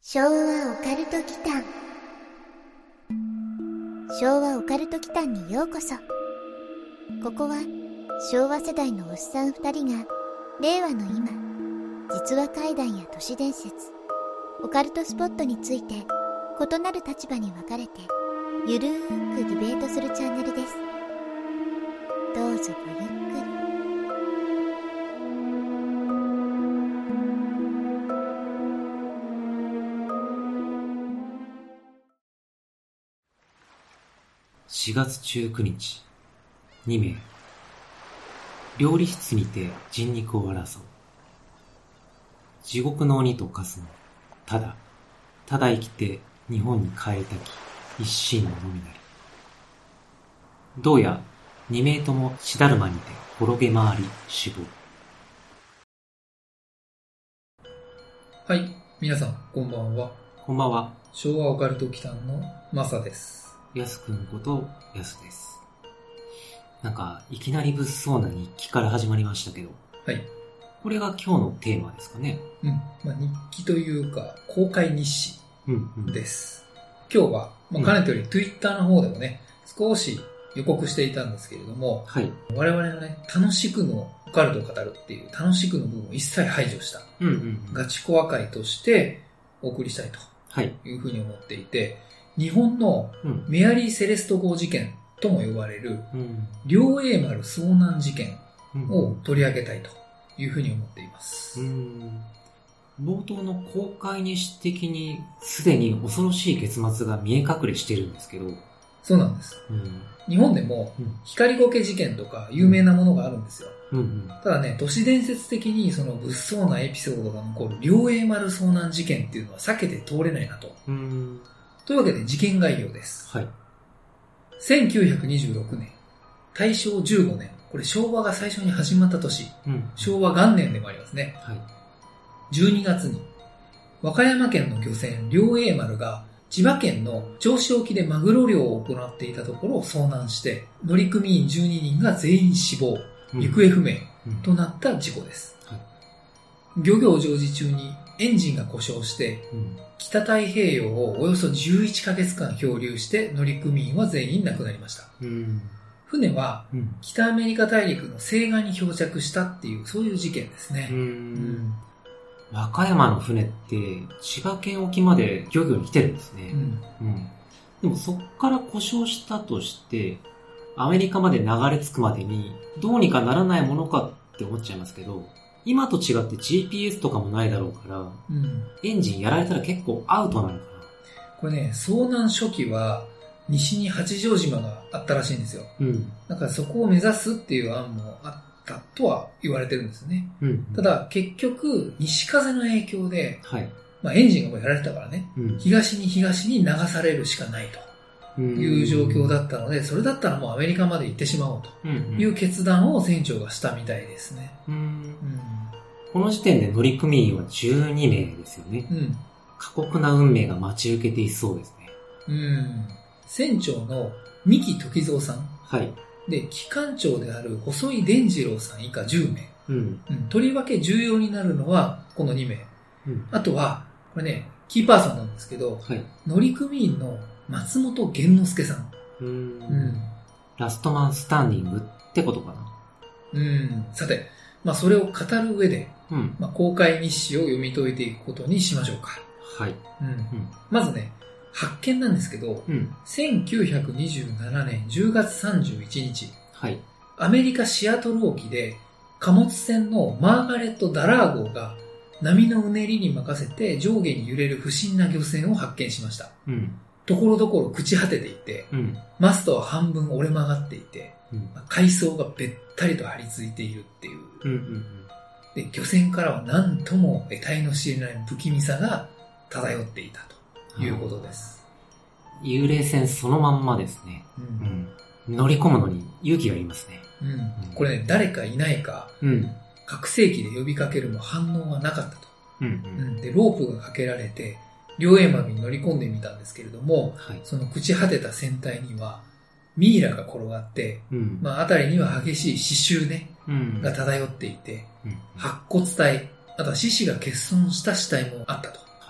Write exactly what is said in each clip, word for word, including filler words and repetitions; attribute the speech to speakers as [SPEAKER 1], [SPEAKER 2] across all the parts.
[SPEAKER 1] 昭和オカルト祈間。昭和オカルト祈間にようこそ。ここは昭和世代のおっさん二人が令和の今、実話怪談や都市伝説、オカルトスポットについて異なる立場に分かれてゆるーくディベートするチャンネルです。どうぞごゆっくり。
[SPEAKER 2] しがつじゅうくにち、にめい。料理室にて人肉を争う。地獄の鬼と化すの、ただ、ただ生きて日本に帰りたき、一心ののみなり。どうや、にめいとも血だるまにて滅げ回り死亡。
[SPEAKER 3] はい、皆さんこんばんは。
[SPEAKER 2] こんばんは。
[SPEAKER 3] 昭和オカルト祈間のマサです。
[SPEAKER 2] やすくんことやすです。なんかいきなり物騒な日記から始まりましたけど、
[SPEAKER 3] はい。
[SPEAKER 2] これが今日のテーマですかね。
[SPEAKER 3] うん、まあ、日記というか公開日誌です。うんうん、今日は、まあ、かねてより Twitter の方でもね、少し予告していたんですけれども、
[SPEAKER 2] はい、
[SPEAKER 3] 我々のね、楽しくのオカルトを語るっていう楽しくの部分を一切排除した、
[SPEAKER 2] うんうんうん、
[SPEAKER 3] ガチコア会としてお送りしたいというふうに思っていて、日本のメアリー・セレスト号事件とも呼ばれる両英丸遭難事件を取り上げたいというふうに思っています。
[SPEAKER 2] うん、冒頭の公開日誌的にすでに恐ろしい結末が見え隠れしてるんですけど、
[SPEAKER 3] そうなんです。うん、日本でも光苔事件とか有名なものがあるんですよ。うんうん、ただね、都市伝説的にその物騒なエピソードが残る両英丸遭難事件っていうのは避けて通れないなと。うん、というわけで事件概要です。はい。せんきゅうひゃくにじゅうろくねん、大正じゅうごねん、これ昭和が最初に始まった年、うん、昭和元年でもありますね。はい。じゅうにがつに、和歌山県の漁船両英丸が千葉県の銚子沖でマグロ漁を行っていたところを遭難して、乗組員じゅうににんが全員死亡、うん、行方不明となった事故です。うんはい、漁業乗事中にエンジンが故障して、うん、北太平洋をおよそじゅういっかげつかん漂流して乗組員は全員亡くなりました。うん、船は北アメリカ大陸の西岸に漂着したっていうそういう事件ですね。うんうん、
[SPEAKER 2] 和歌山の船って千葉県沖まで漁業に来てるんですね。うんうん、でもそっから故障したとしてアメリカまで流れ着くまでにどうにかならないものかって思っちゃいますけど、今と違って ジーピーエス とかもないだろうから、うん、エンジンやられたら結構アウトなのかな。
[SPEAKER 3] これね、遭難初期は西に八丈島があったらしいんですよ。うん、だからそこを目指すっていう案もあったとは言われてるんですね。うんうん、ただ結局西風の影響で、はいまあ、エンジンがもうやられたからね、うん、東に東に流されるしかないという状況だったので、それだったらもうアメリカまで行ってしまおうという決断を船長がしたみたいですね。うんうん、
[SPEAKER 2] この時点で乗組員はじゅうにめいですよね。うん、過酷な運命が待ち受けていそうですね。
[SPEAKER 3] うん、船長の三木時蔵さん、はい、で機関長である細井伝次郎さん以下じゅうめい、うんうん、とりわけ重要になるのはこのにめい、うん、あとはこれねキーパーソンなんですけど、はい、乗組員の松本源之助さん、うんうん、
[SPEAKER 2] ラストマンスタンディングってことかな。
[SPEAKER 3] うん、さて、まあ、それを語る上で、うんまあ、公開日誌を読み解いていくことにしましょうか。はい。うんうん、まずね、発見なんですけど、うん、せんきゅうひゃくにじゅうななねんじゅうがつさんじゅういちにち、はい、アメリカシアトル沖で貨物船のマーガレット・ダラー号が波のうねりに任せて上下に揺れる不審な漁船を発見しました。うん、ところどころ朽ち果てていて、うん、マストは半分折れ曲がっていて、うん、海藻がべったりと張り付いているっていう。うんうんうん、で漁船からは何とも得体の知れない不気味さが漂っていたということです。
[SPEAKER 2] 幽霊船そのまんまですね。うんうん、乗り込むのに勇気がいりますね。
[SPEAKER 3] うんうん、これね、誰かいないか、うん、拡声器で呼びかけるも反応はなかったと。うんうんうん、でロープがかけられて両英丸に乗り込んでみたんですけれども、はい、その朽ち果てた船体にはミイラが転がって、うんまあ、辺りには激しい刺繍ね、うん、が漂っていて、うん、白骨体、あとは獅子が欠損した死体もあったと。はい、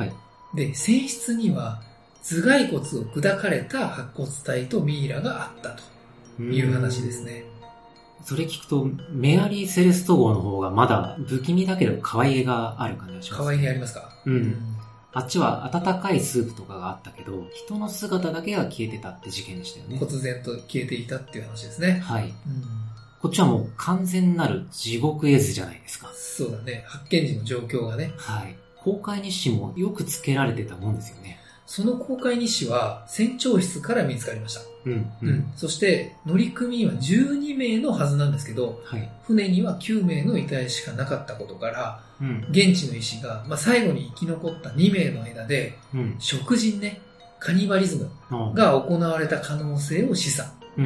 [SPEAKER 3] で、船室には頭蓋骨を砕かれた白骨体とミイラがあったという話ですね。
[SPEAKER 2] それ聞くと、メアリー・セレスト号の方がまだ不気味だけど可愛げがある感じがします、ね。
[SPEAKER 3] 可愛げありますか？
[SPEAKER 2] うん。うん、あっちは温かいスープとかがあったけど、人の姿だけが消えてたって事件でしたよね。
[SPEAKER 3] 忽然と消えていたっていう話ですね。
[SPEAKER 2] はい。
[SPEAKER 3] うん、
[SPEAKER 2] こっちはもう完全なる地獄絵図じゃないですか。
[SPEAKER 3] そうだね。発見時の状況がね。
[SPEAKER 2] はい。公開日誌もよくつけられてたもんですよね。
[SPEAKER 3] その公開日誌は船長室から見つかりました。
[SPEAKER 2] うん、うん。
[SPEAKER 3] うん。そして乗組員はじゅうにめいのはずなんですけど、
[SPEAKER 2] はい、
[SPEAKER 3] 船にはきゅうめいの遺体しかなかったことから、
[SPEAKER 2] うん、
[SPEAKER 3] 現地の医師が、まあ、最後に生き残ったにめいの間で、うん、食人ね、カニバリズムが行われた可能性を示唆。うんうん、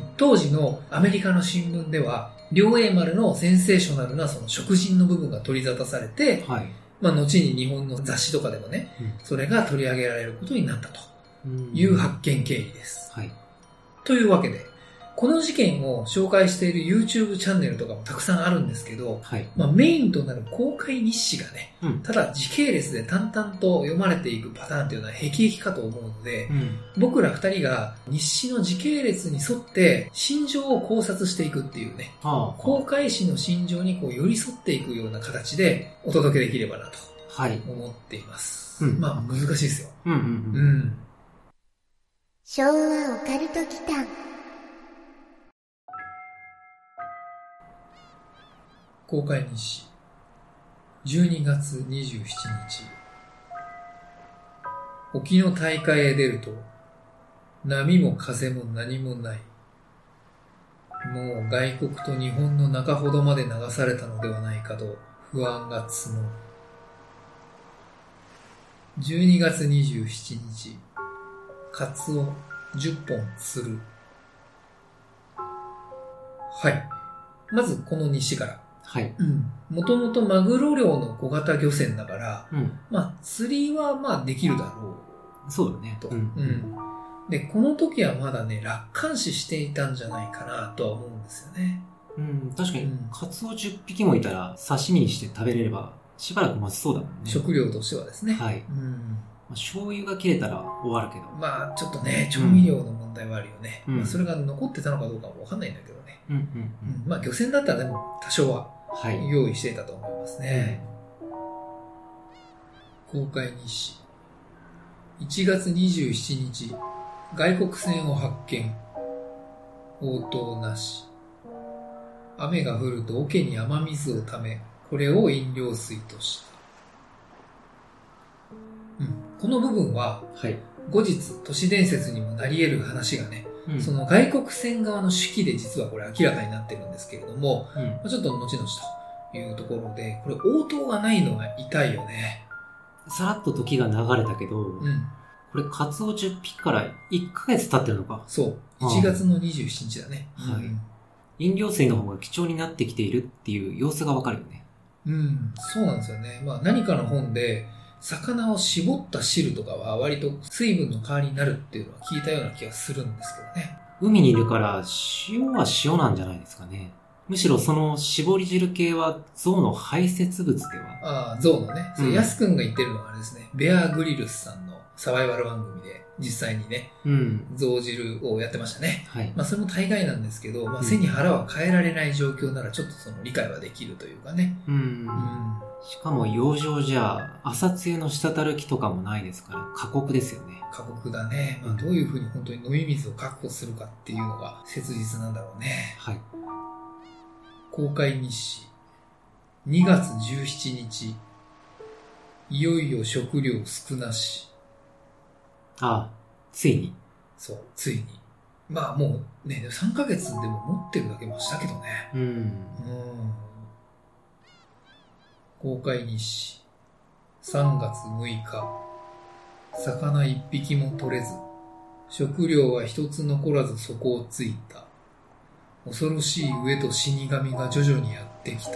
[SPEAKER 3] 当時のアメリカの新聞では、両英丸のセンセーショナルなその食人の部分が取り沙汰されて、はい、まあ、後に日本の雑誌とかでもね、うん、それが取り上げられることになったという発見経緯です。はい、というわけで、この事件を紹介している YouTube チャンネルとかもたくさんあるんですけど、はい、まあ、メインとなる公開日誌がね、うん、ただ時系列で淡々と読まれていくパターンっていうのは辟易かと思うので、うん、僕ら二人が日誌の時系列に沿って心情を考察していくっていうね、はあ、公開誌の心情にこう寄り添っていくような形でお届けできればなと思っています。はい、うん、まあ難しいですよ。うんうんうんうん、
[SPEAKER 1] 昭和オカルト祈祷。
[SPEAKER 3] 公開日誌じゅうにがつにじゅうしちにち、沖の大海へ出ると波も風も何もない。もう外国と日本の中ほどまで流されたのではないかと不安が募る。じゅうにがつにじゅうしちにち、カツオじゅっぽん釣る。はい、まずこの日誌から。はい。うん。もともとマグロ漁の小型漁船だから、うん、まあ釣りはまあできるだろ
[SPEAKER 2] う。そうだね。
[SPEAKER 3] と。うん。うん。で、この時はまだね、楽観視していたんじゃないかなとは思うんですよね。
[SPEAKER 2] うん、確かに、うん、カツオじゅっぴきもいたら刺身にして食べれればしばらく待ちそうだもんね。
[SPEAKER 3] 食料としてはですね。
[SPEAKER 2] はい。うん。まあ、醤油が切れたら終わるけど。
[SPEAKER 3] まあちょっとね、調味料の問題はあるよね。うん、まあ、それが残ってたのかどうかもわかんないんだけどね。うんうんうん。まあ漁船だったらでも多少は。はい、用意していたと思いますね。公開日誌いちがつにじゅうしちにち、外国船を発見。応答なし。雨が降ると桶に雨水をため、これを飲料水とした。うん、この部分は、はい、後日都市伝説にもなり得る話がね、うん、その外国船側の手記で実はこれ明らかになってるんですけれども、うん、まあ、ちょっと後々というところで、これ応答がないのが痛いよね。
[SPEAKER 2] さらっと時が流れたけど、うん、これカツオじゅっぴきからいっかげつ経ってるのか。
[SPEAKER 3] そう。いちがつのにじゅうしちにちだね。
[SPEAKER 2] はい。飲料水の方が貴重になってきているっていう様子がわかるよね。
[SPEAKER 3] うん、そうなんですよね。まあ何かの本で、魚を絞った汁とかは割と水分の代わりになるっていうのは聞いたような気がするんですけどね。
[SPEAKER 2] 海にいるから塩は塩なんじゃないですかね。むしろその絞り汁系は象の排泄物では。
[SPEAKER 3] ああ、象のね。それ、ヤス君が言ってるのはあれですね。ベア・グリルスさんのサバイバル番組で実際にね、うん、象汁をやってましたね。はい。まあそれも大概なんですけど、まあ背に腹は変えられない状況ならちょっとその理解はできるというかね。うん。うん、
[SPEAKER 2] しかも洋上じゃ朝露の滴る木とかもないですから過酷ですよね。
[SPEAKER 3] 過酷だね。まあどういうふうに本当に飲み水を確保するかっていうのが切実なんだろうね。はい。公開日誌にがつじゅうしちにち、いよいよ食料少なし。
[SPEAKER 2] ああ、ついに。
[SPEAKER 3] そう、ついに。まあもうね、さんかげつでも持ってるだけもしたけどね。うん。うん。公開日誌さんがつむいか、魚一匹も取れず、食料は一つ残らず底をついた。恐ろしい飢えと死神が徐々にやってきた。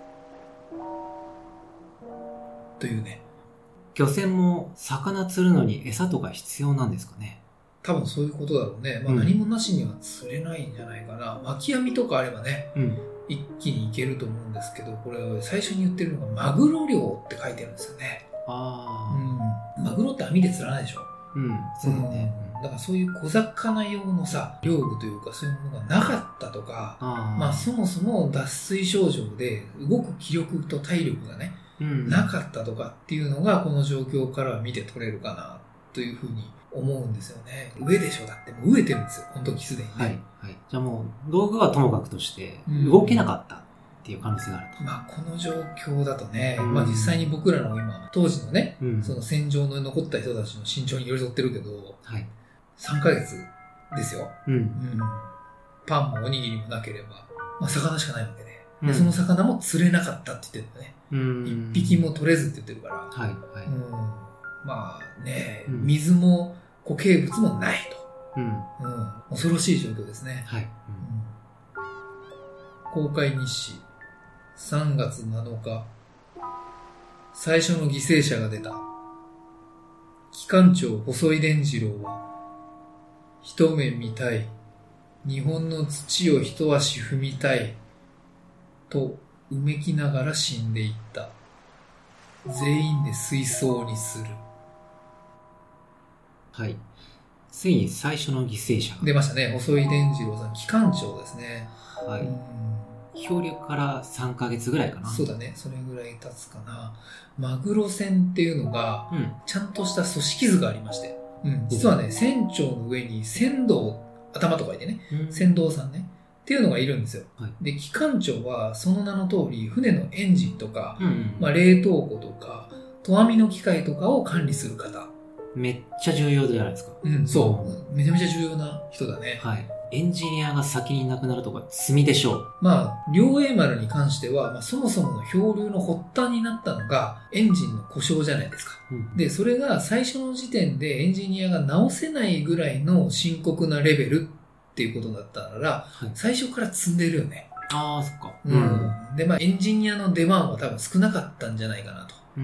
[SPEAKER 3] というね。
[SPEAKER 2] 漁船も魚釣るのに餌とか必要なんですかね。
[SPEAKER 3] 多分そういうことだろうね。まあ何もなしには釣れないんじゃないかな。巻き網とかあればね、うん、一気にいけると思うんですけど、これ最初に言ってるのがマグロ漁って書いてるんですよね。ああ、うん。マグロって網で釣らないでしょ。
[SPEAKER 2] うん、そうだね。
[SPEAKER 3] うん、だからそういう小魚用のさ、漁具というかそういうものがなかったとか、あまあそもそも脱水症状で動く気力と体力がね、うん、なかったとかっていうのがこの状況からは見て取れるかなというふうに思うんですよね。飢えでしょ。だってもう飢えてるんですよ、この時すでにね。
[SPEAKER 2] はい。はい。じゃあもう道具はともかくとして動けなかったっていう可能性があると。
[SPEAKER 3] うん、まあこの状況だとね、うん、まあ実際に僕らの今、当時のね、うん、その戦場の残った人たちの身長に寄り添ってるけど、はい、さんかげつですよ。うん。うん、パンもおにぎりもなければ、まあ魚しかないわけで。で、その魚も釣れなかったって言ってるんだね。うん。一匹も取れずって言ってるから。はい。はい。うん。まあね、うん、水も固形物もないと。うん。うん。恐ろしい状況ですね。はい。うん、公開日誌、さんがつなのか。最初の犠牲者が出た。機関長細井伝次郎は、一目見たい。日本の土を一足踏みたい。と、うめきながら死んでいった。全員で水槽にする。
[SPEAKER 2] はい。ついに最初の犠牲者が
[SPEAKER 3] 出ましたね。細井伝次郎さん、機関長ですね。
[SPEAKER 2] はい。漂流からさんかげつぐらいかな。
[SPEAKER 3] そうだね。それぐらい経つかな。マグロ船っていうのが、うん、ちゃんとした組織図がありまして。うん、実はね、船長の上に船頭、頭と書いてね、うん、船頭さんね。っていうのがいるんですよ。はい、で、機関長はその名の通り、船のエンジンとか、うんうん、まあ、冷凍庫とか、投網の機械とかを管理する方。
[SPEAKER 2] めっちゃ重要じゃないですか。
[SPEAKER 3] うん、そう。めちゃめちゃ重要な人だね。
[SPEAKER 2] はい。エンジニアが先に亡くなるとか罪でしょう。
[SPEAKER 3] まあ、両栄丸に関しては、まあ、そもそもの漂流の発端になったのが、エンジンの故障じゃないですか。うん、で、それが最初の時点でエンジニアが直せないぐらいの深刻なレベルっていうことだったなら、はい、最初から積んでるよね。
[SPEAKER 2] ああ、そっか。
[SPEAKER 3] うん。で、まあ、エンジニアの出番は多分少なかったんじゃないかなと。うん。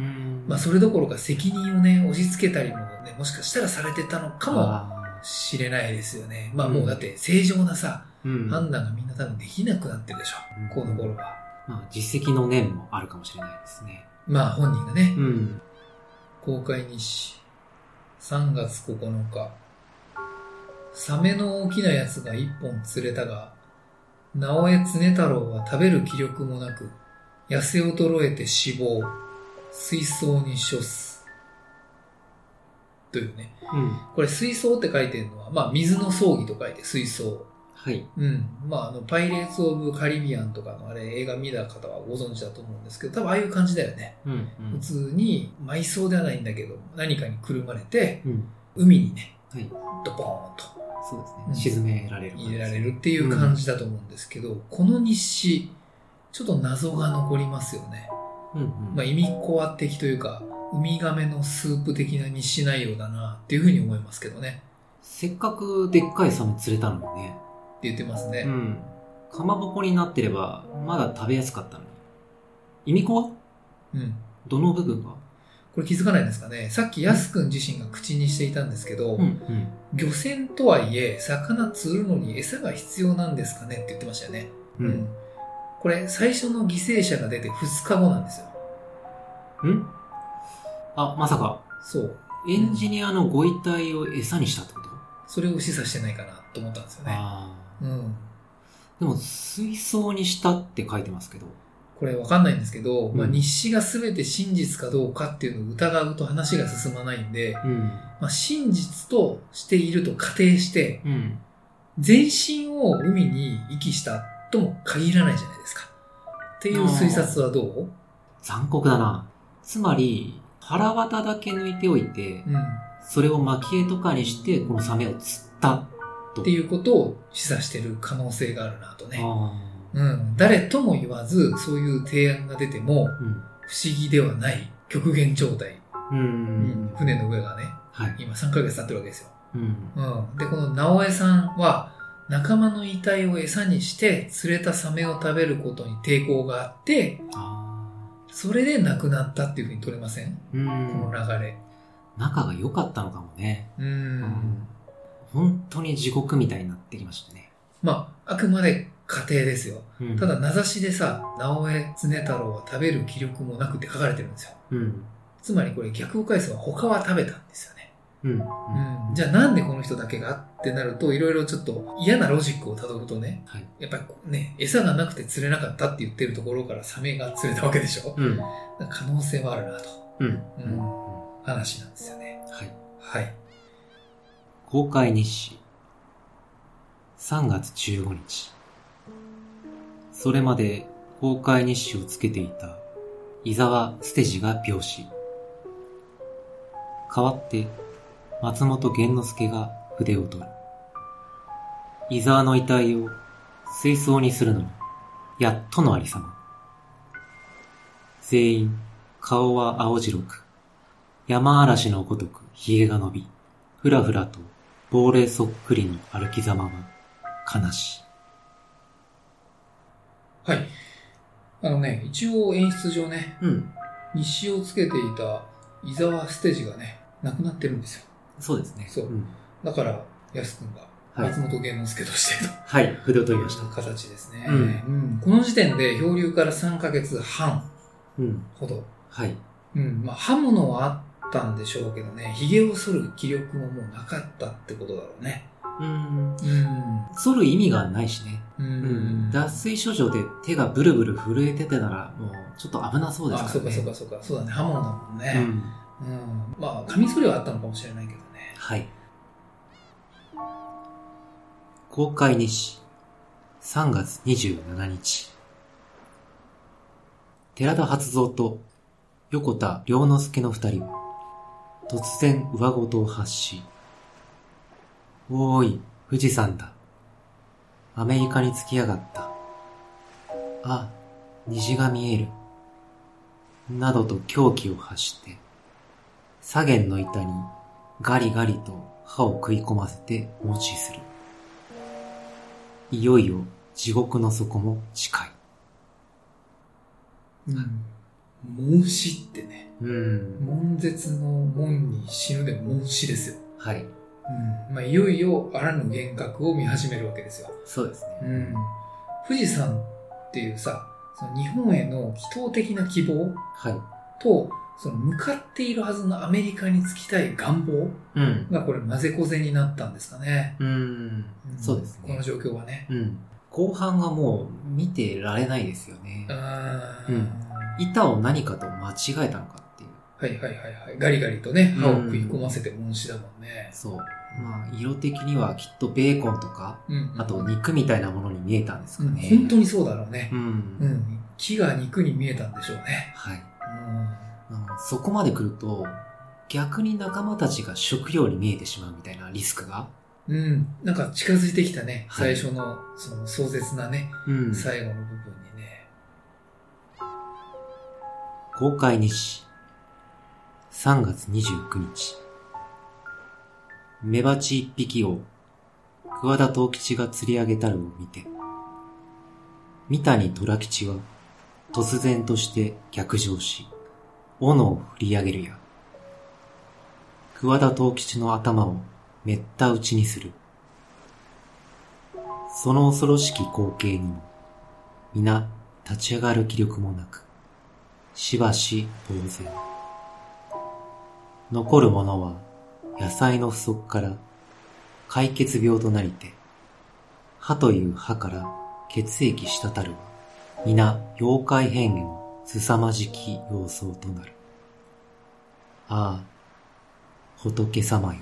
[SPEAKER 3] まあ、それどころか責任をね、押し付けたりもね、もしかしたらされてたのかもしれないですよね。まあ、もうだって正常なさ、うん、判断がみんな多分できなくなってるでしょ。うん、この頃は。
[SPEAKER 2] まあ、実績の念もあるかもしれないですね。
[SPEAKER 3] まあ、本人がね。うん。公開日誌、さんがつここのか。サメの大きなやつが一本釣れたが、直江常太郎は食べる気力もなく、痩せ衰えて死亡、水槽に処す。というね。うん、これ水槽って書いてるのは、まあ水の葬儀と書いて水槽。はい。うん。まああの、パイレーツ・オブ・カリビアンとかのあれ映画見た方はご存知だと思うんですけど、多分ああいう感じだよね。うんうん、普通に埋葬ではないんだけど、何かにくるまれて、うん、海にね、はい、ドポーンと。
[SPEAKER 2] そうですね。沈められる、
[SPEAKER 3] ね。入れられるっていう感じだと思うんですけど、うん、この日誌、ちょっと謎が残りますよね。うんうん、まあ、意味コア的というか、ウミガメのスープ的な日誌内容だなっていうふうに思いますけどね。
[SPEAKER 2] せっかくでっかいサメ釣れたのにね。
[SPEAKER 3] って言ってますね。
[SPEAKER 2] うん。かまぼこになってれば、まだ食べやすかったのに。意味コア？うん。どの部分が？
[SPEAKER 3] これ気づかないですかね。さっきヤス君自身が口にしていたんですけど、うんうん、漁船とはいえ、魚釣るのに餌が必要なんですかねって言ってましたよね。うん。うん、これ、最初の犠牲者が出てふつかごなんですよ。
[SPEAKER 2] ん？あ、まさか。そう。エンジニアのご遺体を餌にしたってこと？
[SPEAKER 3] それを示唆してないかなと思ったんですよね。ああ。うん。
[SPEAKER 2] でも、水槽にしたって書いてますけど。
[SPEAKER 3] これわかんないんですけど、うん、まあ、日誌が全て真実かどうかっていうのを疑うと話が進まないんで、うん、まあ、真実としていると仮定して、うん、全身を海に遺棄したとも限らないじゃないですか。っていう推察はどう？
[SPEAKER 2] 残酷だな。つまり、腹渡だけ抜いておいて、うん、それを蒔絵とかにして、このサメを釣ったと。
[SPEAKER 3] っていうことを示唆してる可能性があるなとね。うん、誰とも言わず、そういう提案が出ても、うん、不思議ではない極限状態。うんうん、船の上がね、はい、今さんかげつ経ってるわけですよ。うんうん、で、この直江さんは、仲間の遺体を餌にして釣れたサメを食べることに抵抗があって、あそれで亡くなったっていうふうに取れません？うんこの流れ。
[SPEAKER 2] 仲が良かったのかもね。うんうん、本当に地獄みたいになってきましたね。
[SPEAKER 3] まあ、あくまで家庭ですよ。うん、ただ、名指しでさ、直江常太郎は食べる気力もなくって書かれてるんですよ。うん、 つまりこれ逆を返せば他は食べたんですよね。
[SPEAKER 2] うん。うん。
[SPEAKER 3] うん、じゃあなんでこの人だけがってなると、いろいろちょっと嫌なロジックをたどるとね、はい、やっぱりね、餌がなくて釣れなかったって言ってるところからサメが釣れたわけでしょ。うん、可能性はあるなと、うんうん、話なんですよね。
[SPEAKER 2] はい。
[SPEAKER 3] はい。
[SPEAKER 2] 公開日誌さんがつじゅうごにち。それまで公開日誌をつけていた伊沢捨治が病死。代わって松本源之助が筆を取る。伊沢の遺体を水槽にするのにやっとのありさま。全員顔は青白く、山嵐のごとく髭が伸び、ふらふらと亡霊そっくりの歩きざまは悲しい。
[SPEAKER 3] はい。あのね、一応演出上ね、うん、日誌をつけていた伊沢捨治がね、亡くなってるんですよ。
[SPEAKER 2] そうですね。
[SPEAKER 3] そう。うん、だから、安くんが松本源之助としてと、
[SPEAKER 2] はい、はい、筆を取りました。
[SPEAKER 3] 形ですね、うんうん。この時点で漂流からさんかげつはんほど。うん、
[SPEAKER 2] はい。
[SPEAKER 3] うん。まあ、刃物はあったんでしょうけどね、髭を剃る気力ももうなかったってことだろうね。
[SPEAKER 2] うん。うん。剃る意味がないしね。うん。脱水症状で手がブルブル震えててなら、もうちょっと危なそうですからね。
[SPEAKER 3] あ、そうかそうかそうか。そうだね。刃物だもんね。うん。うん、まあ、カミソリはあったのかもしれないけどね。
[SPEAKER 2] はい。公開日誌さんがつにじゅうしちにち。寺田初蔵と横田良之助の二人は突然上事を発し、おーい、富士山だ。アメリカに着きやがった。あ、虹が見える。などと狂気を発して、左舷の板にガリガリと歯を食い込ませて持ちする。いよいよ地獄の底も近い。
[SPEAKER 3] うん。悶死ってね。うん。悶絶の悶に死ぬで悶死ですよ。
[SPEAKER 2] はい。
[SPEAKER 3] うん。まあ、いよいよあらぬ幻覚を見始めるわけですよ。
[SPEAKER 2] そうですね。
[SPEAKER 3] うん。富士山っていうさ、その日本への祈祷的な希望、はい、と、その向かっているはずのアメリカに着きたい願望がこれ混ぜこぜになったんですかね。
[SPEAKER 2] うん。うん、そうですね。
[SPEAKER 3] この状況はね。
[SPEAKER 2] うん。後半がもう見てられないですよね。あうん。板を何かと間違えたのかっていう。
[SPEAKER 3] はいはいはいはい。ガリガリとね、歯を食い込ませて悶死だもんね。
[SPEAKER 2] そう。まあ、色的にはきっとベーコンとか、うんうん、あと肉みたいなものに見えたんですかね。
[SPEAKER 3] うん、本当にそうだろうね。うん。うん。木が肉に見えたんでしょうね。
[SPEAKER 2] はい。うん、そこまで来ると、逆に仲間たちが食料に見えてしまうみたいなリスクが。
[SPEAKER 3] うん。なんか近づいてきたね。はい、最初の、その壮絶なね、うん、最後の部分にね。
[SPEAKER 2] 公開日誌さんがつにじゅうくにち。メバチ一匹を桑田藤吉が釣り上げたるを見て、三谷虎吉は突然として逆上し、斧を振り上げるや、桑田藤吉の頭をめった打ちにする。その恐ろしき光景にも、皆立ち上がる気力もなく、しばし呆然。残る者は野菜の不足から解血病となりて、歯という歯から血液滴るは、皆妖怪変化の凄まじき様相となる。ああ、仏様よ。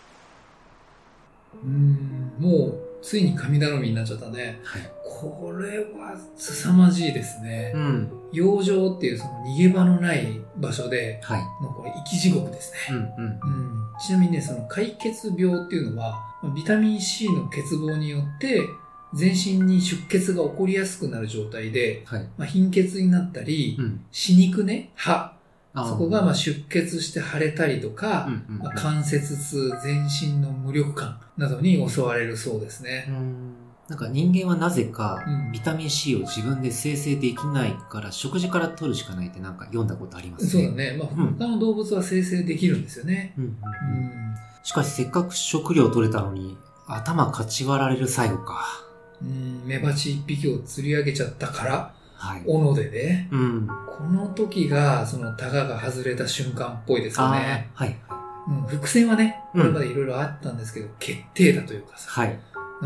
[SPEAKER 3] うーん、もうついに神頼みになっちゃったね。はい、これは凄まじいですね。うん。養生っていうその逃げ場のない場所で、はい、のこれ生き地獄ですね。うんうん。うん。ちなみにね、その解血病っていうのは、ビタミン C の欠乏によって、全身に出血が起こりやすくなる状態で、はい、まあ、貧血になったり、うん、死肉ね、歯、そこがまあ出血して腫れたりとか、うんうんうん、まあ、関節痛、全身の無力感などに襲われるそうですね。
[SPEAKER 2] うん、なんか人間はなぜかビタミン C を自分で生成できないから食事から取るしかないってなんか読んだことありますね。
[SPEAKER 3] そうだね。まあ、他の動物は生成できるんですよね。うんうんうん、
[SPEAKER 2] しかしせっかく食料取れたのに頭かち割られる最後か。
[SPEAKER 3] うん、メバチ一匹を釣り上げちゃったから、 はい、斧でね、
[SPEAKER 2] うん。
[SPEAKER 3] この時が、その、タガが外れた瞬間っぽいですよね。
[SPEAKER 2] はい。
[SPEAKER 3] うん、伏線はね、これまでいろいろあったんですけど、うん、決定だというかさ。
[SPEAKER 2] はい。
[SPEAKER 3] うん。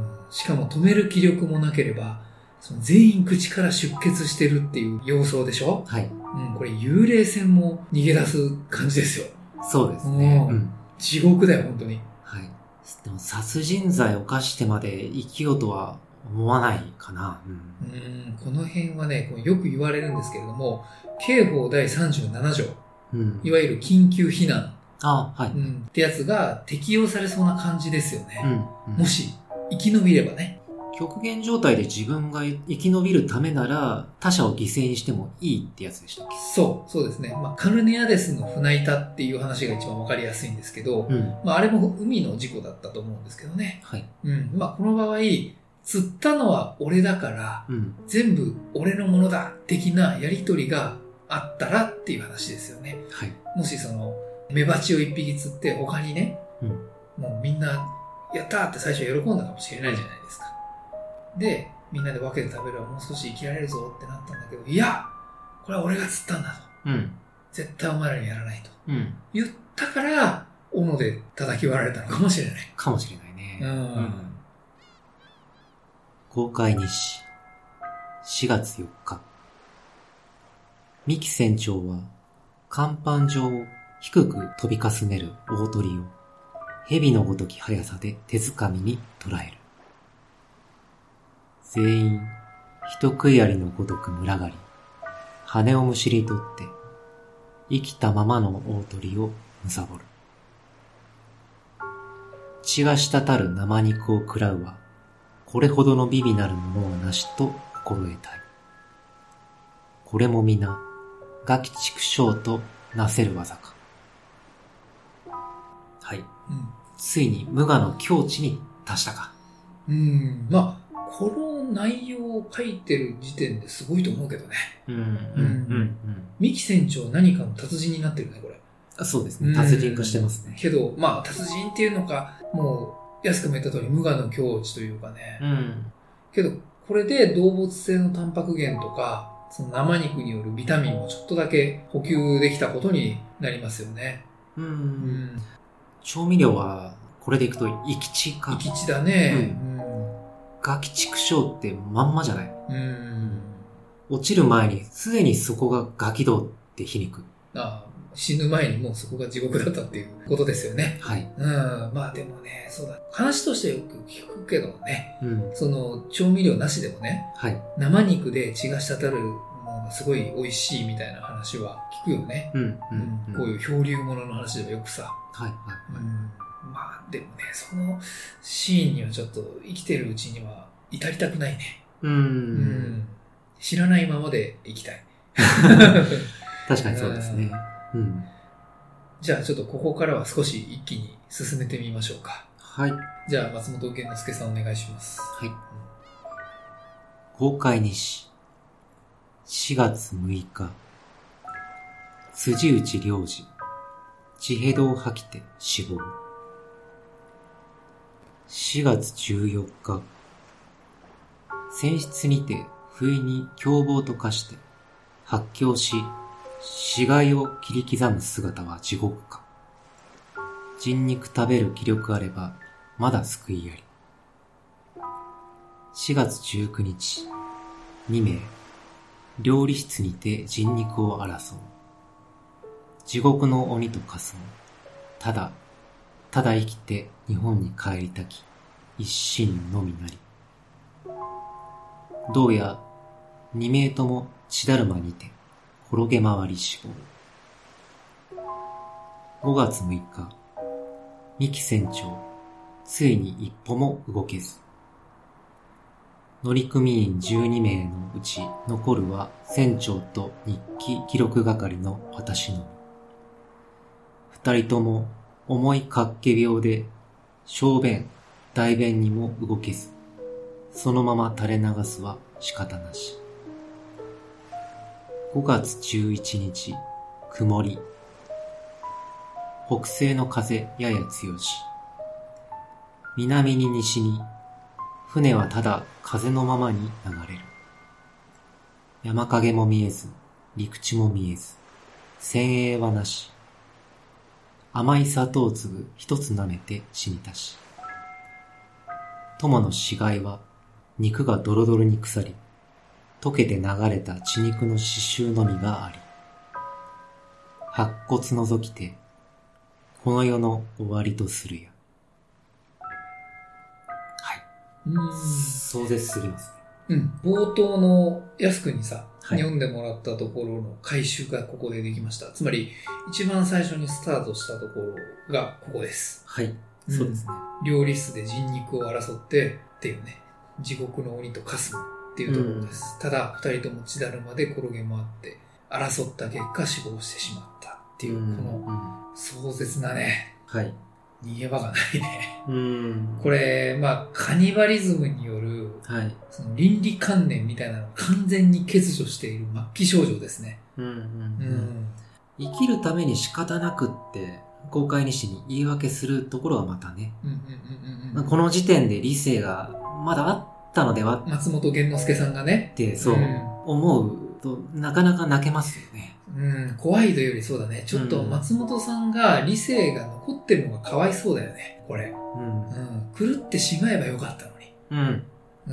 [SPEAKER 3] しかも止める気力もなければ、その全員口から出血してるっていう様相でしょ。
[SPEAKER 2] はい。
[SPEAKER 3] うん、これ幽霊船も逃げ出す感じですよ。
[SPEAKER 2] そうですね。
[SPEAKER 3] うん。地獄だよ、本当に。
[SPEAKER 2] はい。でも殺人罪を犯してまで生きようとは思わないかな。
[SPEAKER 3] うん、うんこの辺はね、よく言われるんですけれども、刑法だいさんじゅうなな条、うん、いわゆる緊急避難、
[SPEAKER 2] あ、はい、
[SPEAKER 3] うん、ってやつが適用されそうな感じですよね。
[SPEAKER 2] うんうん、
[SPEAKER 3] もし生き延びればね。
[SPEAKER 2] 極限状態で自分が生き延びるためなら他者を犠牲にしてもいいってやつでしたっけ？
[SPEAKER 3] そう、そうですね。まあ、カルネアデスの船板っていう話が一番わかりやすいんですけど、うん、まあ、あれも海の事故だったと思うんですけどね。
[SPEAKER 2] はい。
[SPEAKER 3] うん。まあ、この場合、釣ったのは俺だから、うん、全部俺のものだ的なやりとりがあったらっていう話ですよね。
[SPEAKER 2] はい。
[SPEAKER 3] もしその、メバチを一匹釣って他にね、うん、もうみんな、やったーって最初喜んだかもしれないじゃないですか。で、みんなで分けて食べればもう少し生きられるぞってなったんだけど、いやこれは俺が釣ったんだと。うん、絶対お前らにやらないと。うん、言ったから、斧で叩き割られたのかもしれない。
[SPEAKER 2] かもしれないね。うんうん、公開日誌しがつよっか。三木船長は甲板上を低く飛びかすめる大鳥を蛇のごとき速さで手づかみに捕らえる。全員一食いアリのごとく群がり、羽をむしり取って生きたままの大鳥をむさぼる。血が滴る生肉を食らうは、これほどの美味なるものはなしと心得たい。これも皆、餓鬼畜生となせる技か。はい。うん、ついに無我の境地に達したか。
[SPEAKER 3] うん。まあ、この内容を書いてる時点ですごいと思うけどね。うん。うん。うん。三木船長何かの達人になってるね、これ。
[SPEAKER 2] あ、そうですね。達人化してますね。
[SPEAKER 3] けど、まあ、達人っていうのか、もう、安くも言った通り無我の境地というかね。うん。けど、これで動物性のタンパク源とか、その生肉によるビタミンもちょっとだけ補給できたことになりますよね。うん。うん、
[SPEAKER 2] 調味料は、これでいくと、生き血か。
[SPEAKER 3] 生き血だね。うん。
[SPEAKER 2] 餓鬼畜生ってまんまじゃない。うん。落ちる前に、すでにそこがガキ道って皮肉。
[SPEAKER 3] ああ。死ぬ前にもうそこが地獄だったっていうことですよね。
[SPEAKER 2] はい。
[SPEAKER 3] うん。まあでもね、そうだ。話としてよく聞くけどね。うん。その、調味料なしでもね。はい。生肉で血が滴るものがすごい美味しいみたいな話は聞くよね。うん。うん。うん、こういう漂流物の話ではよくさ。はい。はい。うん。まあでもね、そのシーンにはちょっと生きてるうちには至りたくないね。うん。うん。知らないままで生きたい。
[SPEAKER 2] 確かにそうですね。うん、
[SPEAKER 3] じゃあちょっとここからは少し一気に進めてみましょうか。
[SPEAKER 2] はい。
[SPEAKER 3] じゃあ松本源之助さんお願いします。
[SPEAKER 2] はい。うん、公開日誌しがつむいか。辻内良二血へどを吐きて死亡。しがつじゅうよっか。船室にて不意に凶暴と化して発狂し死骸を切り刻む姿は地獄か。人肉食べる気力あれば、まだ救いあり。しがつじゅうくにち、にめい、料理室にて人肉を争う。地獄の鬼と化すも、ただ、ただ生きて日本に帰りたき、一心のみなり。どうや、にめいとも血だるまにて、転げ回り死亡。ごがつむいか、三木船長、ついに一歩も動けず。乗組員じゅうにめいのうち残るは船長と日記記録係の私のみ。二人とも重い脚気病で小便、大便にも動けず、そのまま垂れ流すは仕方なし。ごがつじゅういちにち、曇り。北西の風やや強し。南に西に、船はただ風のままに流れる。 山影も見えず、陸地も見えず、先鋭はなし。甘い砂糖粒一つ舐めて死にたし。友の死骸は肉がドロドロに腐り、溶けて流れた血肉の刺繍のみがあり。白骨覗きて、この世の終わりとするや。はい。
[SPEAKER 3] うーん。
[SPEAKER 2] 壮絶すぎます
[SPEAKER 3] ね。うん。冒頭の安くんにさ、
[SPEAKER 2] はい、
[SPEAKER 3] 読んでもらったところの回収がここでできました。つまり、一番最初にスタートしたところがここです。
[SPEAKER 2] はい。そうですね。
[SPEAKER 3] 料理室で人肉を争ってっていうね、地獄の鬼と化すっていうところです。うん、ただ、二人とも血だるまで転げ回って、争った結果死亡してしまったっていう、この壮絶なね、
[SPEAKER 2] はい。
[SPEAKER 3] 逃げ場がないね。
[SPEAKER 2] うん。
[SPEAKER 3] これ、まあ、カニバリズムによる、
[SPEAKER 2] はい。
[SPEAKER 3] その倫理観念みたいなのを完全に欠如している末期症状ですね。
[SPEAKER 2] うんうんうん。生きるために仕方なくって、公開日誌に言い訳するところはまたね。うんうんうんうん、この時点で理性がまだあったのでは
[SPEAKER 3] 松本源之助さんがね。
[SPEAKER 2] って、そう、うん、思うと、なかなか泣けますよね。
[SPEAKER 3] うん、怖いというよりそうだね。ちょっと松本さんが理性が残ってるのがかわいそうだよね、これ。うん。うん、狂ってしまえばよかったのに。うん。うん。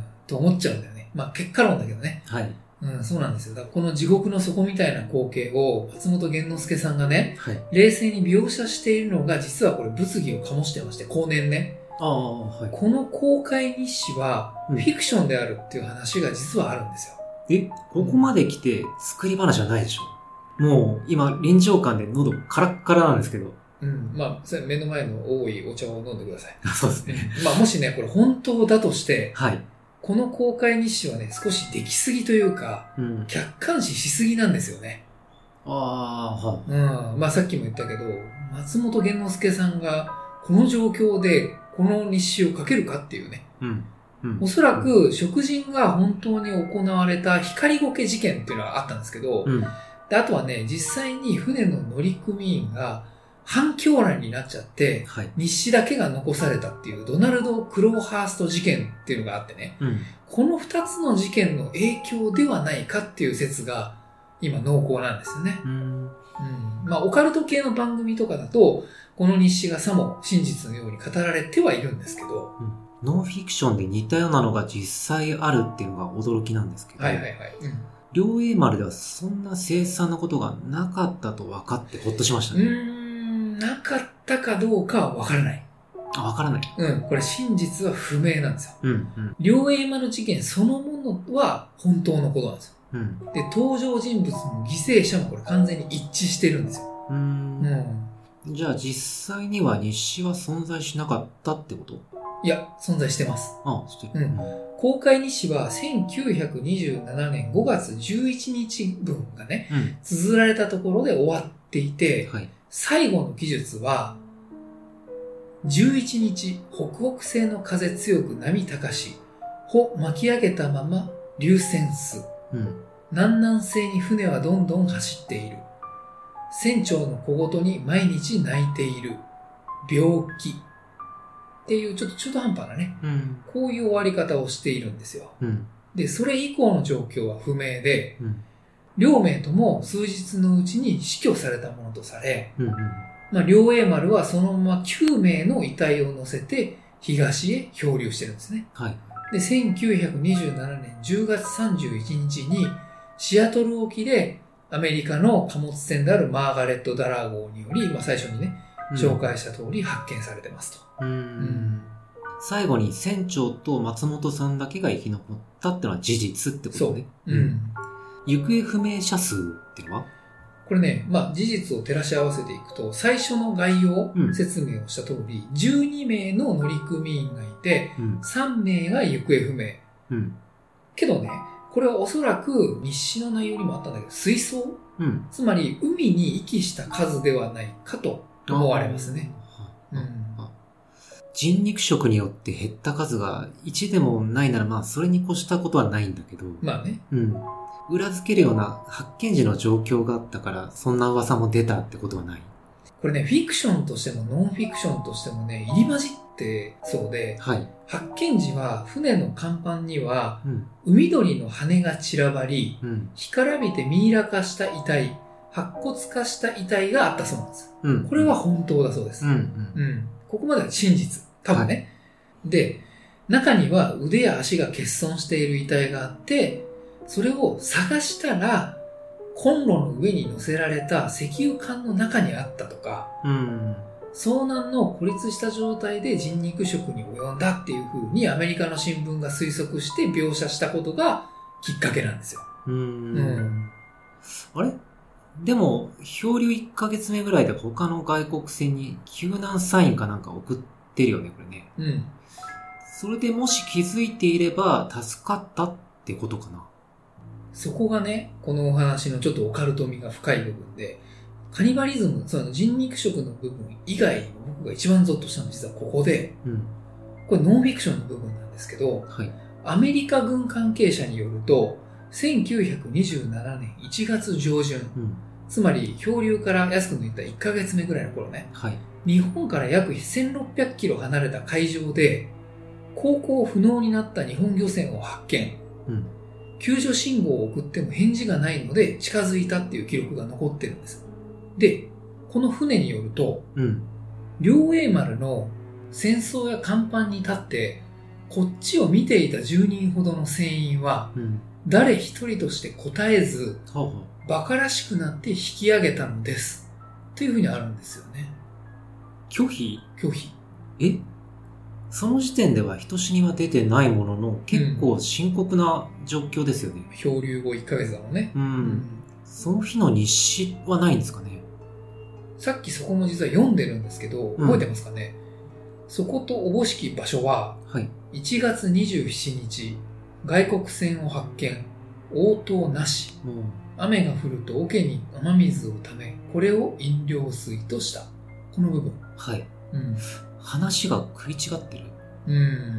[SPEAKER 3] と思っちゃうんだよね。まあ結果論だけどね。はい。うん、そうなんですよ。だからこの地獄の底みたいな光景を松本源之助さんがね、はい、冷静に描写しているのが実はこれ物議を醸してまして、後年ね。ああ、はい。この公開日誌はフィクションであるっていう話が実はあるんですよ。
[SPEAKER 2] え、ここまで来て作り話じゃないでしょ。もう今臨場感で喉カラッカラなんですけど。
[SPEAKER 3] うん。まあ、それ目の前の多いお茶を飲んでください。
[SPEAKER 2] そうですね。
[SPEAKER 3] まあもしね、これ本当だとして、はい。この公開日誌はね、少し出来すぎというか、うん、客観視しすぎなんですよね。ああ、はい。うん。まあさっきも言ったけど、松本源之助さんがこの状況でこの日誌を書けるかっていうね。うんうん、おそらく、食人が本当に行われた光苔事件っていうのがあったんですけど、うん、であとはね、実際に船の乗組員が反響欄になっちゃって、はい、日誌だけが残されたっていうドナルド・クローハースト事件っていうのがあってね、うん、この二つの事件の影響ではないかっていう説が今濃厚なんですよね。うんうん、まあ、オカルト系の番組とかだと、この日誌がさも真実のように語られてはいるんですけど、うん、
[SPEAKER 2] ノンフィクションで似たようなのが実際あるっていうのが驚きなんですけど、はいはいはい。うん両英丸ではそんな凄惨なことがなかったと分かってほっとしましたね。
[SPEAKER 3] うーん、なかったかどうかは分からない。
[SPEAKER 2] あ、分からない。
[SPEAKER 3] うん、これ真実は不明なんですよ。うん、うん。両英丸事件そのものは本当のことなんですよ。うん。で、登場人物の犠牲者もこれ完全に一致してるんですよ。うーん。
[SPEAKER 2] うん。じゃあ実際には日誌は存在しなかったってこと？
[SPEAKER 3] いや、存在してます。
[SPEAKER 2] ああ、してる。
[SPEAKER 3] うん。公開日誌はせんきゅうひゃくにじゅうななねんごがつじゅういちにちぶんがね、うん、綴られたところで終わっていて、はい、最後の記述は、じゅういちにち北北西の風強く波高し、帆巻き上げたまま流線す、うん、南南西に船はどんどん走っている。船長の小言に毎日泣いている。病気。っていうちょっと中途半端なね、うん、こういう終わり方をしているんですよ。うん、で、それ以降の状況は不明で、うん、両名とも数日のうちに死去されたものとされ、うんうんまあ、両英丸はそのままきゅうめいの遺体を乗せて東へ漂流してるんですね。はい、で、せんきゅうひゃくにじゅうななねんじゅうがつさんじゅういちにちにシアトル沖でアメリカの貨物船であるマーガレット・ダラー号により、まあ、最初にね、紹介した通り発見されてますと。うんうん、
[SPEAKER 2] 最後に船長と松本さんだけが生き残ったってのは事実ってことね。そう。うん。行方不明者数ってのは
[SPEAKER 3] これね、まあ事実を照らし合わせていくと、最初の概要説明をした通り、うん、じゅうにめいの乗組員がいて、うん、さんめいが行方不明。うん。けどね、これはおそらく日誌の内容にもあったんだけど、水槽、うん、つまり海に遺棄した数ではないかと思われますね。うん、
[SPEAKER 2] 人肉食によって減った数がいちでもないならまあそれに越したことはないんだけど。まあね。うん。裏付けるような発見時の状況があったからそんな噂も出たってことはない。
[SPEAKER 3] これね、フィクションとしてもノンフィクションとしてもね、入り混じっってそうで、
[SPEAKER 2] はい、
[SPEAKER 3] 発見時は船の甲板には、うん、海鳥の羽が散らばり、うん、干からびてミイラ化した遺体、白骨化した遺体があったそうなんです。うん、これは本当だそうです、うんうんうん。ここまでは真実。多分ね。はい、で、中には腕や足が欠損している遺体があって、それを探したら、コンロの上に乗せられた石油缶の中にあったとか、うん、遭難の孤立した状態で人肉食に及んだっていう風にアメリカの新聞が推測して描写したことがきっかけなんですよ。うーんうん、
[SPEAKER 2] あれでも、漂流いっかげつめぐらいで他の外国船に救難サインかなんか送ってるよね、これね。うん。それでもし気づいていれば助かったってことかな。
[SPEAKER 3] そこがね、このお話のちょっとオカルト味が深い部分で、カニバリズム、その人肉食の部分以外にも僕が一番ゾッとしたのは実はここで、うん、これノンフィクションの部分なんですけど、はい、アメリカ軍関係者によると、せんきゅうひゃくにじゅうななねんいちがつ上旬、うん、つまり漂流から安く抜いたいっかげつめぐらいの頃ね、はい、日本から約せんろっぴゃくキロ離れた海上で、航行不能になった日本漁船を発見、うん、救助信号を送っても返事がないので近づいたっていう記録が残ってるんです。で、この船によると、うん、両栄丸の船倉や甲板に立ってこっちを見ていたじゅうにんほどの船員は、うん、誰一人として答えず、うん、馬鹿らしくなって引き上げたのですっていうふうにあるんですよね。
[SPEAKER 2] 拒否？
[SPEAKER 3] 拒否。
[SPEAKER 2] え？その時点では人死には出てないものの結構深刻な状況ですよね。
[SPEAKER 3] うん、漂流後いっかげつだもんね。うん。うん、
[SPEAKER 2] その日の日誌はないんですかね。
[SPEAKER 3] さっきそこも実は読んでるんですけど、覚えてますかね、うん、そことおぼしき場所は、はい、いちがつにじゅうしちにち、外国船を発見、応答なし、うん、雨が降ると桶に雨水をため、これを飲料水とした。この部分。
[SPEAKER 2] はい。うん。話が食い違ってる。
[SPEAKER 3] うん。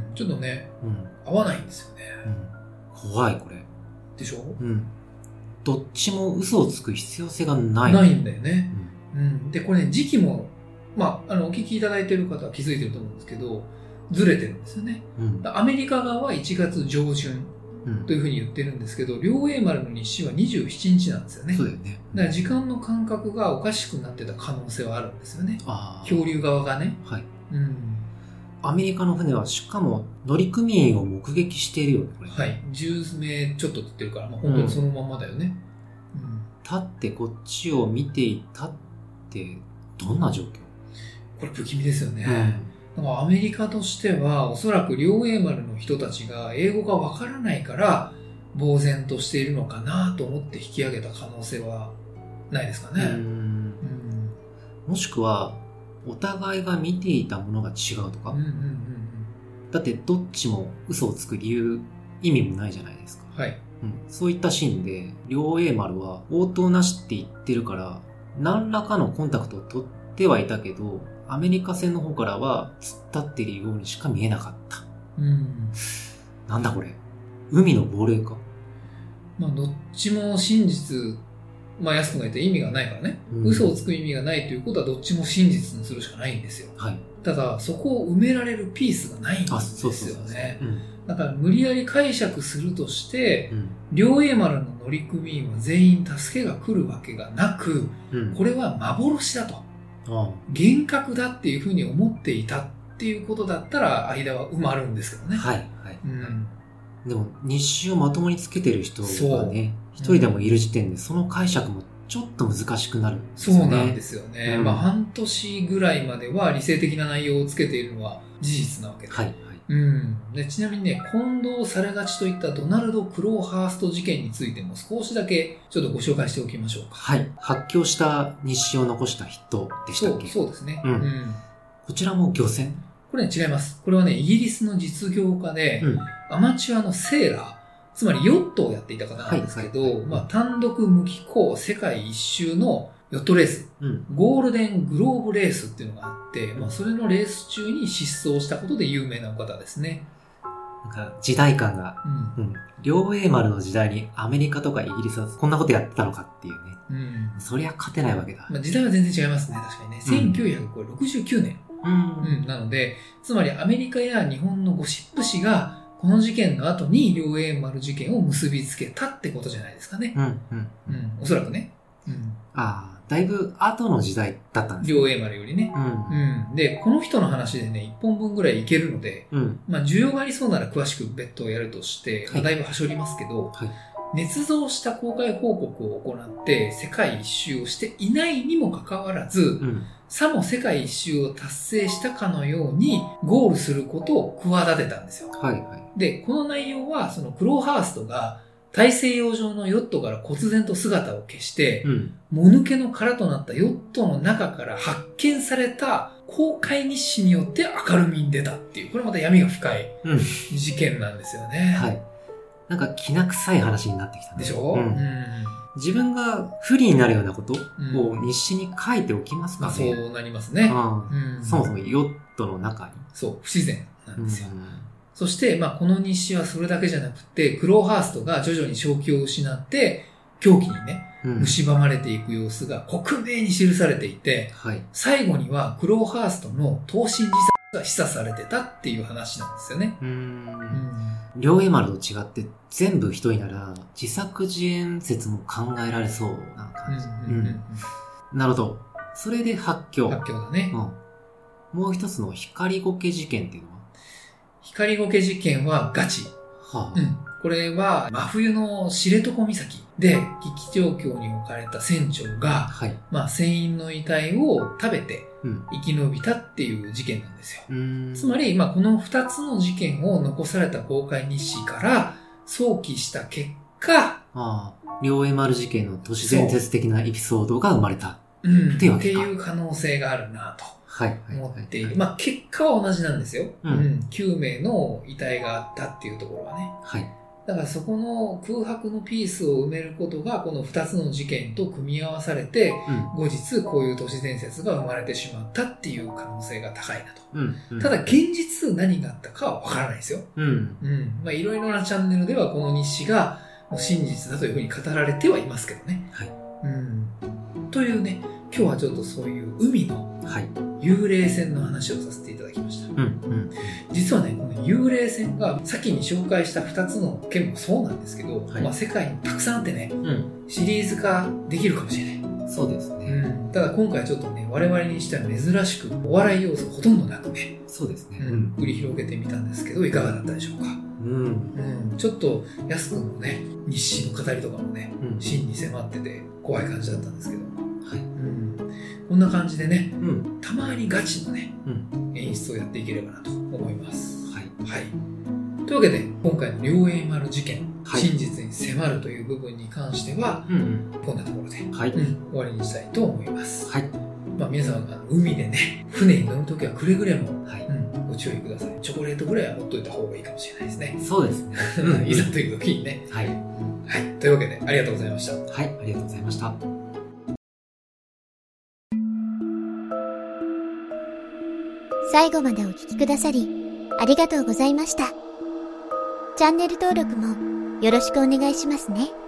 [SPEAKER 3] ちょっとね、うん、合わないんですよね。
[SPEAKER 2] うん。怖い、これ。
[SPEAKER 3] でしょ？
[SPEAKER 2] うん。どっちも嘘をつく必要性がない。
[SPEAKER 3] ないんだよね。うん。うん、で、これね、時期も、まあ、あの、お聞きいただいている方は気づいてると思うんですけど、ずれてるんですよね。うん、アメリカ側はいちがつじょうじゅんというふうに言ってるんですけど、両栄丸の日誌はにじゅうしちにちなんですよね。
[SPEAKER 2] そうだよね。
[SPEAKER 3] だから時間の感覚がおかしくなってた可能性はあるんですよね。あ、漂流側がね。はい。うん。
[SPEAKER 2] アメリカの船はしかも乗組員を目撃しているよね、これ。
[SPEAKER 3] はい。じゅうめいちょっとって言ってるから、まあ、本当にそのまんまだよね。
[SPEAKER 2] うん。うん、立ってこっちを見ていたってどんな状況？
[SPEAKER 3] これ不気味ですよね。うん、アメリカとしてはおそらく両栄丸の人たちが英語がわからないから呆然としているのかなと思って引き上げた可能性はないですかね。うん、うん、
[SPEAKER 2] もしくはお互いが見ていたものが違うとか、うんうんうんうん、だってどっちも嘘をつく理由意味もないじゃないですか。はい、うん、そういったシーンで両栄丸は応答なしって言ってるから何らかのコンタクトを取ってはいたけどアメリカ船の方からは突っ立っているようにしか見えなかった。うん。なんだこれ。海の亡霊か？
[SPEAKER 3] まあどっちも真実、まあ安くが言った意味がないからね、うん。嘘をつく意味がないということはどっちも真実にするしかないんですよ。はい。ただそこを埋められるピースがないんですよね。あ、そうそうそうそう、うん。だから無理やり解釈するとして、うん、両栄丸の乗組員は全員助けが来るわけがなく、うん、これは幻だと。幻覚だっていうふうに思っていたっていうことだったら間は埋まるんですけどね。はい、はい。うん、
[SPEAKER 2] でも日誌をまともにつけてる人がね、一人でもいる時点でその解釈もちょっと難しくなるんですよね。
[SPEAKER 3] そうなんですよね。うん、まあ半年ぐらいまでは理性的な内容をつけているのは事実なわけで。はい、はい。うん、でちなみにね、混同されがちといったドナルド・クローハースト事件についても少しだけちょっとご紹介しておきましょうか。
[SPEAKER 2] はい。発狂した日誌を残した人でしたっけ？
[SPEAKER 3] そう、そうですね。
[SPEAKER 2] うん。うん、こちらも漁船？
[SPEAKER 3] これね、違います。これはね、イギリスの実業家で、うん、アマチュアのセーラー、つまりヨットをやっていた方なんですけど、はいはいはい、まあ、単独無寄港世界一周のヨットレース、うん、ゴールデングローブレースっていうのがあって、まあ、それのレース中に失踪したことで有名なお方ですね。
[SPEAKER 2] なんか時代感が、うんうん、両栄丸の時代にアメリカとかイギリスはこんなことやってたのかっていうね。うん、そりゃ勝てないわけだ。
[SPEAKER 3] まあ、時代は全然違いますね、確かにね。せんきゅうひゃくろくじゅうきゅうねん、 うん。うん。なので、つまりアメリカや日本のゴシップ誌が、この事件の後に両英丸事件を結びつけたってことじゃないですかね。うん。うん。うん。おそらくね。
[SPEAKER 2] うん。ああ、だいぶ後の時代だったんですね。
[SPEAKER 3] 両英丸よりね。うん。うん。で、この人の話でね、一本分ぐらいいけるので、うん。まあ、需要がありそうなら詳しく別途やるとして、はい、まあ、だいぶはしょりますけど、はい。捏造した公開報告を行って世界一周をしていないにもかかわらず、うん、さも世界一周を達成したかのようにゴールすることを企てたんですよ。はいはい、で、この内容はそのクローハーストが大西洋上のヨットから忽然と姿を消して、うん、もぬけの殻となったヨットの中から発見された公開日誌によって明るみに出たっていう、これまた闇が深い事件なんですよね。
[SPEAKER 2] うん、はい。なんか気な臭い話になってきたね。
[SPEAKER 3] でしょ、うんうん、
[SPEAKER 2] 自分が不利になるようなことを日誌に書いておきますかね。
[SPEAKER 3] まあ、そうなりますね、
[SPEAKER 2] うんうん。そもそもヨットの中に。
[SPEAKER 3] そう、不自然なんですよ。うん、そして、まあ、この日誌はそれだけじゃなくて、クローハーストが徐々に正気を失って、狂気にね、蝕まれていく様子が克明に記されていて、はい、最後にはクローハーストの投身自殺が示唆されてたっていう話なんですよね。うーん
[SPEAKER 2] うん両江丸と違って全部一人なら自作自演説も考えられそうな感じ。うんうんうんうん、なるほど。それで発狂。
[SPEAKER 3] 発狂だね。
[SPEAKER 2] うん。もう一つの光苔事件っていうのは
[SPEAKER 3] 光苔事件はガチ。はあ、うん。これは真冬の知床岬で危機状況に置かれた船長が、はい、まあ船員の遺体を食べて生き延びたっていう事件なんですよ。うん、つまり、まあこの二つの事件を残された公開日誌から想起した結果、あ
[SPEAKER 2] あ、両江丸事件の都市伝説的なエピソードが生まれた。
[SPEAKER 3] うん、っていうわけか。っていう可能性があるなと。はい。思っている。まあ結果は同じなんですよ。うん。うん、きゅうめいの遺体があったっていうところはね。はい。だからそこの空白のピースを埋めることがこの二つの事件と組み合わされて、うん、後日こういう都市伝説が生まれてしまったっていう可能性が高いなと。うんうん、ただ現実何があったかはわからないですよ。うん。うん。まあいろいろなチャンネルではこの日誌が真実だというふうに語られてはいますけどね。はい。うん。というね、今日はちょっとそういう海の幽霊船の話をさせていただきました。うんうん、実はね、この幽霊船が先に紹介したふたつの件もそうなんですけど、はい、まあ世界にたくさんあってね、うん、シリーズ化できるかもしれない。
[SPEAKER 2] そうですね。
[SPEAKER 3] うん、ただ今回ちょっとね、我々にしては珍しくお笑い要素ほとんどなくね、
[SPEAKER 2] そうですね。
[SPEAKER 3] うん、繰り広げてみたんですけど、いかがだったでしょうか。うんうん、ちょっと安くんのね、日誌の語りとかもね、うん、真に迫ってて怖い感じだったんですけど、はいうん、こんな感じでね、うん、たまにガチのね、うん、演出をやっていければなと思います。はい。はい。というわけで、今回の両英丸事件、はい、真実に迫るという部分に関しては、うんうん、こんなところで、はいうん、終わりにしたいと思います。はい。まあ皆さん、あの海でね、船に乗るときはくれぐれも、はいうん、ご注意ください。チョコレートぐらいは持っといた方がいいかもしれないですね。
[SPEAKER 2] そうですね。
[SPEAKER 3] いざという時にね。はい。はい。というわけで、ありがとうございました。
[SPEAKER 2] はい、ありがとうございました。
[SPEAKER 1] 最後までお聞きくださり、ありがとうございました。チャンネル登録もよろしくお願いしますね。